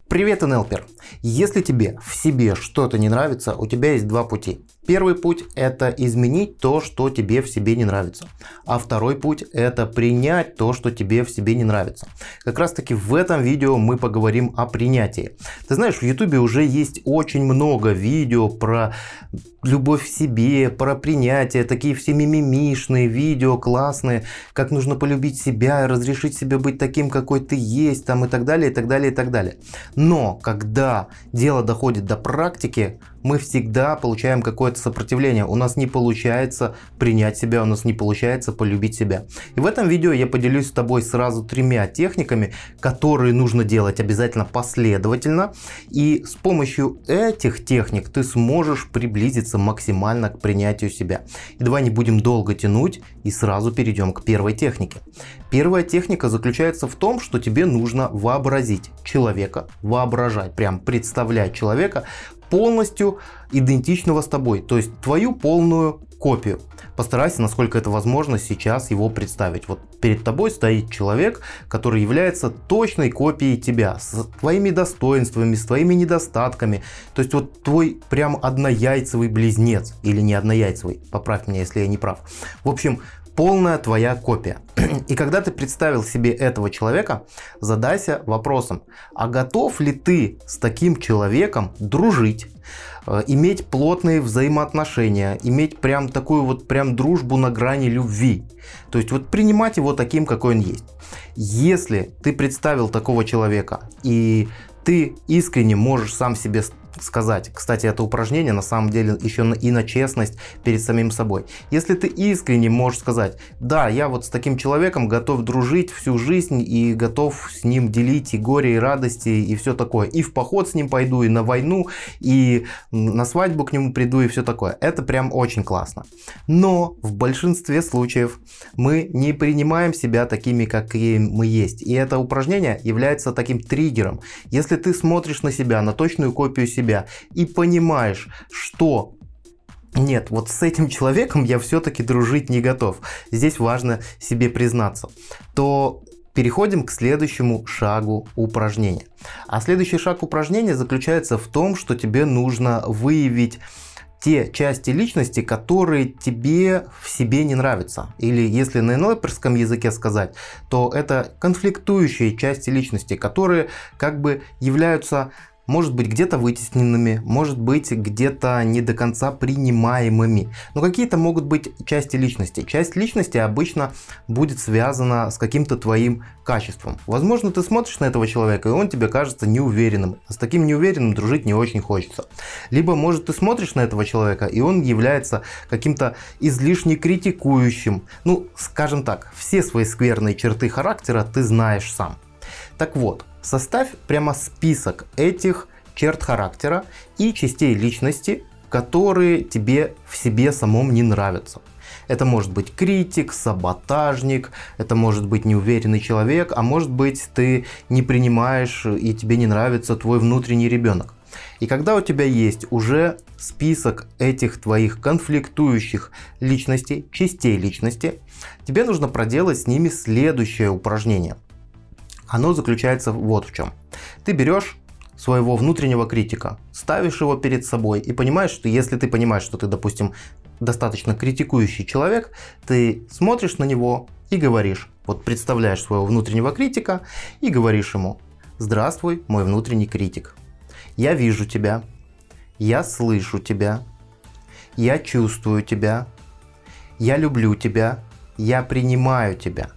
Привет, НЛПер! Если тебе в себе что-то не нравится, у тебя есть два пути. Первый путь – это изменить то, что тебе в себе не нравится. А второй путь – это принять то, что тебе в себе не нравится. Как раз таки в этом видео мы поговорим о принятии. Ты знаешь, в YouTube уже есть очень много видео про любовь к себе, про принятие, такие все мимимишные видео, классные, как нужно полюбить себя, разрешить себе быть таким, какой ты есть, там, и так далее, и так далее, и так далее. Но когда дело доходит до практики, мы всегда получаем какое-то сопротивление. У нас не получается принять себя, у нас не получается полюбить себя. И в этом видео я поделюсь с тобой сразу тремя техниками, которые нужно делать обязательно последовательно. И с помощью этих техник ты сможешь приблизиться максимально к принятию себя. И давай не будем долго тянуть и сразу перейдем к первой технике. Первая техника заключается в том, что тебе нужно вообразить человека, воображать, прям представлять человека, полностью идентичного с тобой, то есть твою полную копию. Постарайся, насколько это возможно, сейчас его представить. Вот перед тобой стоит человек, который является точной копией тебя, с твоими достоинствами, с твоими недостатками. То есть вот твой прям однояйцевый близнец, или не однояйцевый, поправь меня, если я не прав. В общем, полная твоя копия. И когда ты представил себе этого человека, задайся вопросом, а готов ли ты с таким человеком дружить, иметь плотные взаимоотношения, иметь прям такую вот прям дружбу на грани любви. То есть вот принимать его таким, какой он есть. Если ты представил такого человека и ты искренне можешь сам себе сказать, кстати, это упражнение на самом деле еще и на честность перед самим собой. Если ты искренне можешь сказать, да, я вот с таким человеком готов дружить всю жизнь и готов с ним делить и горе, и радости, и все такое. И в поход с ним пойду, и на войну, и на свадьбу к нему приду, и все такое. Это прям очень классно. Но в большинстве случаев мы не принимаем себя такими, какие мы есть. И это упражнение является таким триггером. Если ты смотришь на себя, на точную копию себя, и понимаешь, что нет, вот с этим человеком я все-таки дружить не готов, здесь важно себе признаться, то переходим к следующему шагу упражнения. А следующий шаг упражнения заключается в том, что тебе нужно выявить те части личности, которые тебе в себе не нравятся. Или если на НЛПерском языке сказать, то это конфликтующие части личности, которые как бы являются, может быть, где-то вытесненными, может быть, где-то не до конца принимаемыми. Но какие-то могут быть части личности. Часть личности обычно будет связана с каким-то твоим качеством. Возможно, ты смотришь на этого человека, и он тебе кажется неуверенным. А с таким неуверенным дружить не очень хочется. Либо, может, ты смотришь на этого человека, и он является каким-то излишне критикующим. Ну, скажем так, все свои скверные черты характера ты знаешь сам. Так вот, составь прямо список этих черт характера и частей личности, которые тебе в себе самом не нравятся. Это может быть критик, саботажник, это может быть неуверенный человек, а может быть ты не принимаешь и тебе не нравится твой внутренний ребенок. И когда у тебя есть уже список этих твоих конфликтующих личностей, частей личности, тебе нужно проделать с ними следующее упражнение. Оно заключается вот в чем. Ты берешь своего внутреннего критика, ставишь его перед собой и понимаешь, что если ты понимаешь, что ты, допустим, достаточно критикующий человек, ты смотришь на него и говоришь, вот представляешь своего внутреннего критика и говоришь ему: здравствуй, мой внутренний критик. Я вижу тебя, я слышу тебя, я чувствую тебя, я люблю тебя, я принимаю тебя.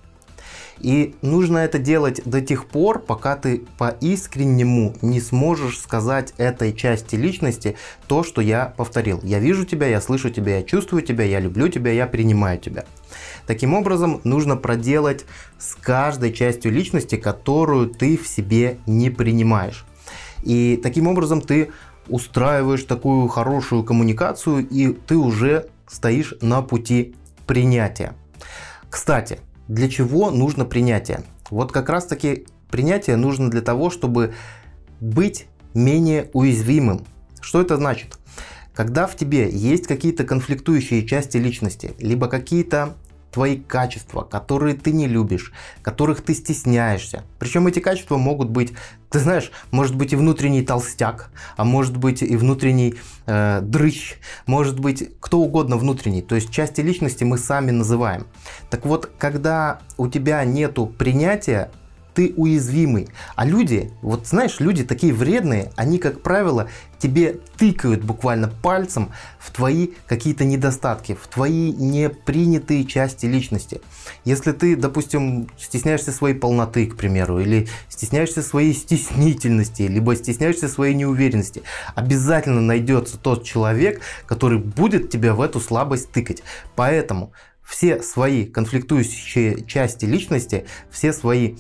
И нужно это делать до тех пор, пока ты по-искреннему не сможешь сказать этой части личности то, что я повторил. Я вижу тебя, я слышу тебя, я чувствую тебя, я люблю тебя, я принимаю тебя. Таким образом, нужно проделать с каждой частью личности, которую ты в себе не принимаешь. И таким образом ты устраиваешь такую хорошую коммуникацию, и ты уже стоишь на пути принятия. Кстати, для чего нужно принятие? Вот как раз таки принятие нужно для того, чтобы быть менее уязвимым. Что это значит? Когда в тебе есть какие-то конфликтующие части личности, либо какие-то твои качества, которые ты не любишь, которых ты стесняешься. Причем эти качества могут быть, ты знаешь, может быть и внутренний толстяк, а может быть и внутренний дрыщ, может быть кто угодно внутренний. То есть части личности мы сами называем. Так вот, когда у тебя нету принятия, ты уязвимый. А люди, вот знаешь, люди такие вредные, они, как правило, тебе тыкают буквально пальцем в твои какие-то недостатки, в твои непринятые части личности. Если ты, допустим, стесняешься своей полноты, к примеру, или стесняешься своей стеснительности, либо стесняешься своей неуверенности, обязательно найдется тот человек, который будет тебя в эту слабость тыкать. Поэтому все свои конфликтующие части личности, все свои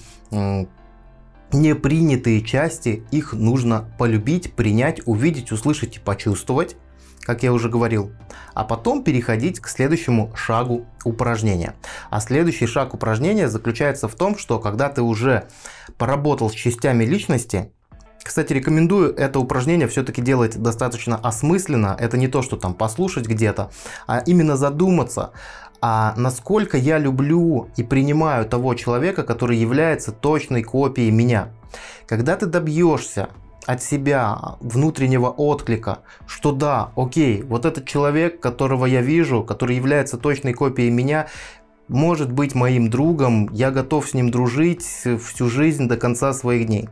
непринятые части, их нужно полюбить, принять, увидеть, услышать и почувствовать, как я уже говорил, а потом переходить к следующему шагу упражнения. А следующий шаг упражнения заключается в том, что когда ты уже поработал с частями личности, кстати, рекомендую это упражнение все-таки делать достаточно осмысленно, это не то, что там послушать где-то, а именно задуматься, а насколько я люблю и принимаю того человека, который является точной копией меня. Когда ты добьешься от себя внутреннего отклика, что да, окей, вот этот человек, которого я вижу, который является точной копией меня, может быть моим другом, я готов с ним дружить всю жизнь до конца своих дней.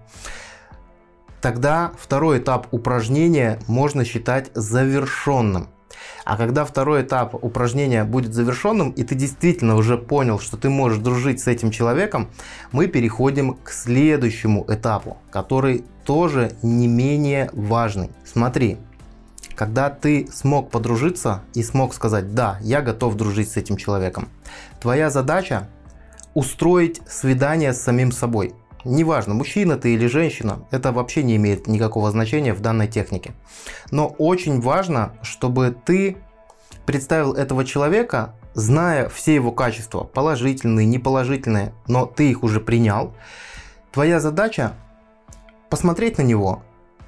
Тогда второй этап упражнения можно считать завершенным. А когда второй этап упражнения будет завершенным, и ты действительно уже понял, что ты можешь дружить с этим человеком, мы переходим к следующему этапу, который тоже не менее важный. Смотри, когда ты смог подружиться и смог сказать: да, я готов дружить с этим человеком, твоя задача устроить свидание с самим собой. Неважно, мужчина ты или женщина, это вообще не имеет никакого значения в данной технике. Но очень важно, чтобы ты представил этого человека, зная все его качества, положительные, неположительные, но ты их уже принял. Твоя задача посмотреть на него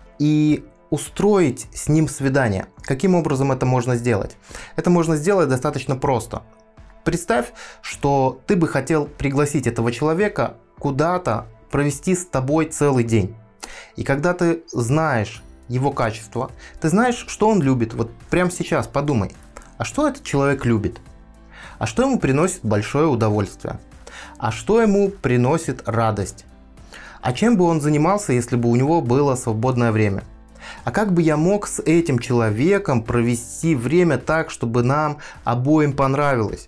и устроить с ним свидание. Каким образом это можно сделать? Это можно сделать достаточно просто. Представь, что ты бы хотел пригласить этого человека куда-то, провести с тобой целый день. И когда ты знаешь его качества, ты знаешь, что он любит. Вот прямо сейчас подумай, а что этот человек любит? А что ему приносит большое удовольствие? А что ему приносит радость? А чем бы он занимался, если бы у него было свободное время? А как бы я мог с этим человеком провести время так, чтобы нам обоим понравилось?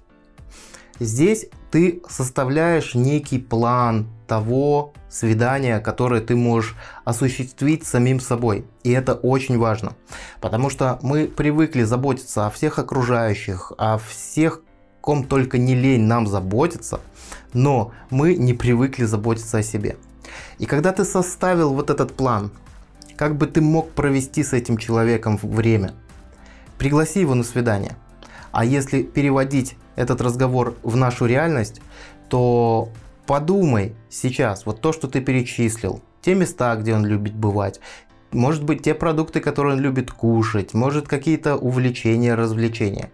Здесь ты составляешь некий план того свидания, которое ты можешь осуществить самим собой. И это очень важно, потому что мы привыкли заботиться о всех окружающих, о всех, ком только не лень нам заботиться, но мы не привыкли заботиться о себе. И когда ты составил вот этот план, как бы ты мог провести с этим человеком время, пригласи его на свидание. А если переводить этот разговор в нашу реальность, то подумай сейчас, вот то, что ты перечислил, те места, где он любит бывать, может быть, те продукты, которые он любит кушать, может, какие-то увлечения, развлечения.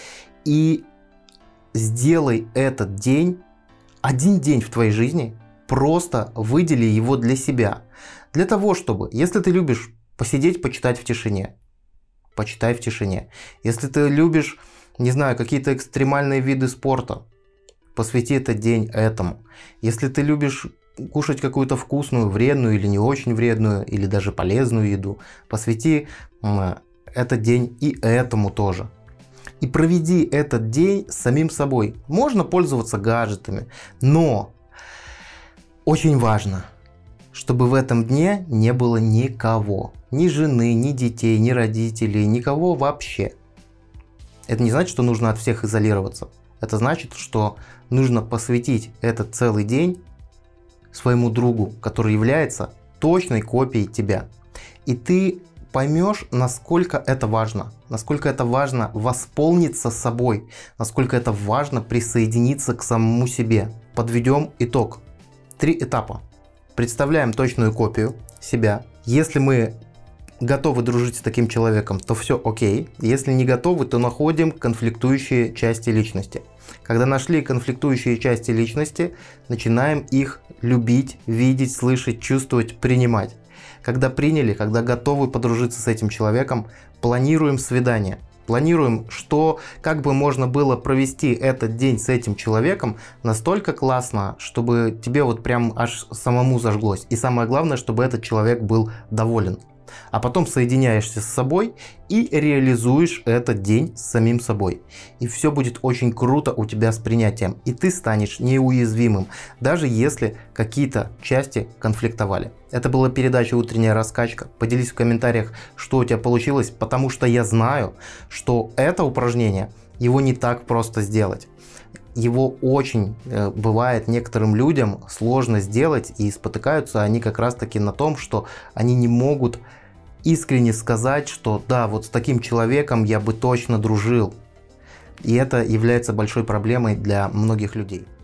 И сделай этот день, один день в твоей жизни, просто выдели его для себя. Для того, чтобы, если ты любишь посидеть, почитать в тишине, почитай в тишине. Если ты любишь, не знаю, какие-то экстремальные виды спорта, посвяти этот день этому. Если ты любишь кушать какую-то вкусную, вредную или не очень вредную, или даже полезную еду, посвяти этот день и этому тоже. И проведи этот день с самим собой. Можно пользоваться гаджетами, но очень важно, чтобы в этом дне не было никого. Ни жены, ни детей, ни родителей, никого вообще. Это не значит, что нужно от всех изолироваться. Это значит, что нужно посвятить этот целый день своему другу, который является точной копией тебя. И ты поймешь, насколько это важно. Насколько это важно восполниться собой. Насколько это важно присоединиться к самому себе. Подведем итог. 3 этапа. Представляем точную копию себя. Если мы готовы дружить с таким человеком, то все окей. Если не готовы, то находим конфликтующие части личности. Когда нашли конфликтующие части личности, начинаем их любить, видеть, слышать, чувствовать, принимать. Когда приняли, когда готовы подружиться с этим человеком, планируем свидание. Планируем, как бы можно было провести этот день с этим человеком настолько классно, чтобы тебе вот прям аж самому зажглось. И самое главное, чтобы этот человек был доволен. А потом соединяешься с собой и реализуешь этот день с самим собой. И все будет очень круто у тебя с принятием. И ты станешь неуязвимым, даже если какие-то части конфликтовали. Это была передача «Утренняя раскачка». Поделись в комментариях, что у тебя получилось, потому что я знаю, что это упражнение, его не так просто сделать. Его очень бывает некоторым людям сложно сделать, и спотыкаются они как раз таки на том, что они не могут искренне сказать, что да, вот с таким человеком я бы точно дружил. И это является большой проблемой для многих людей.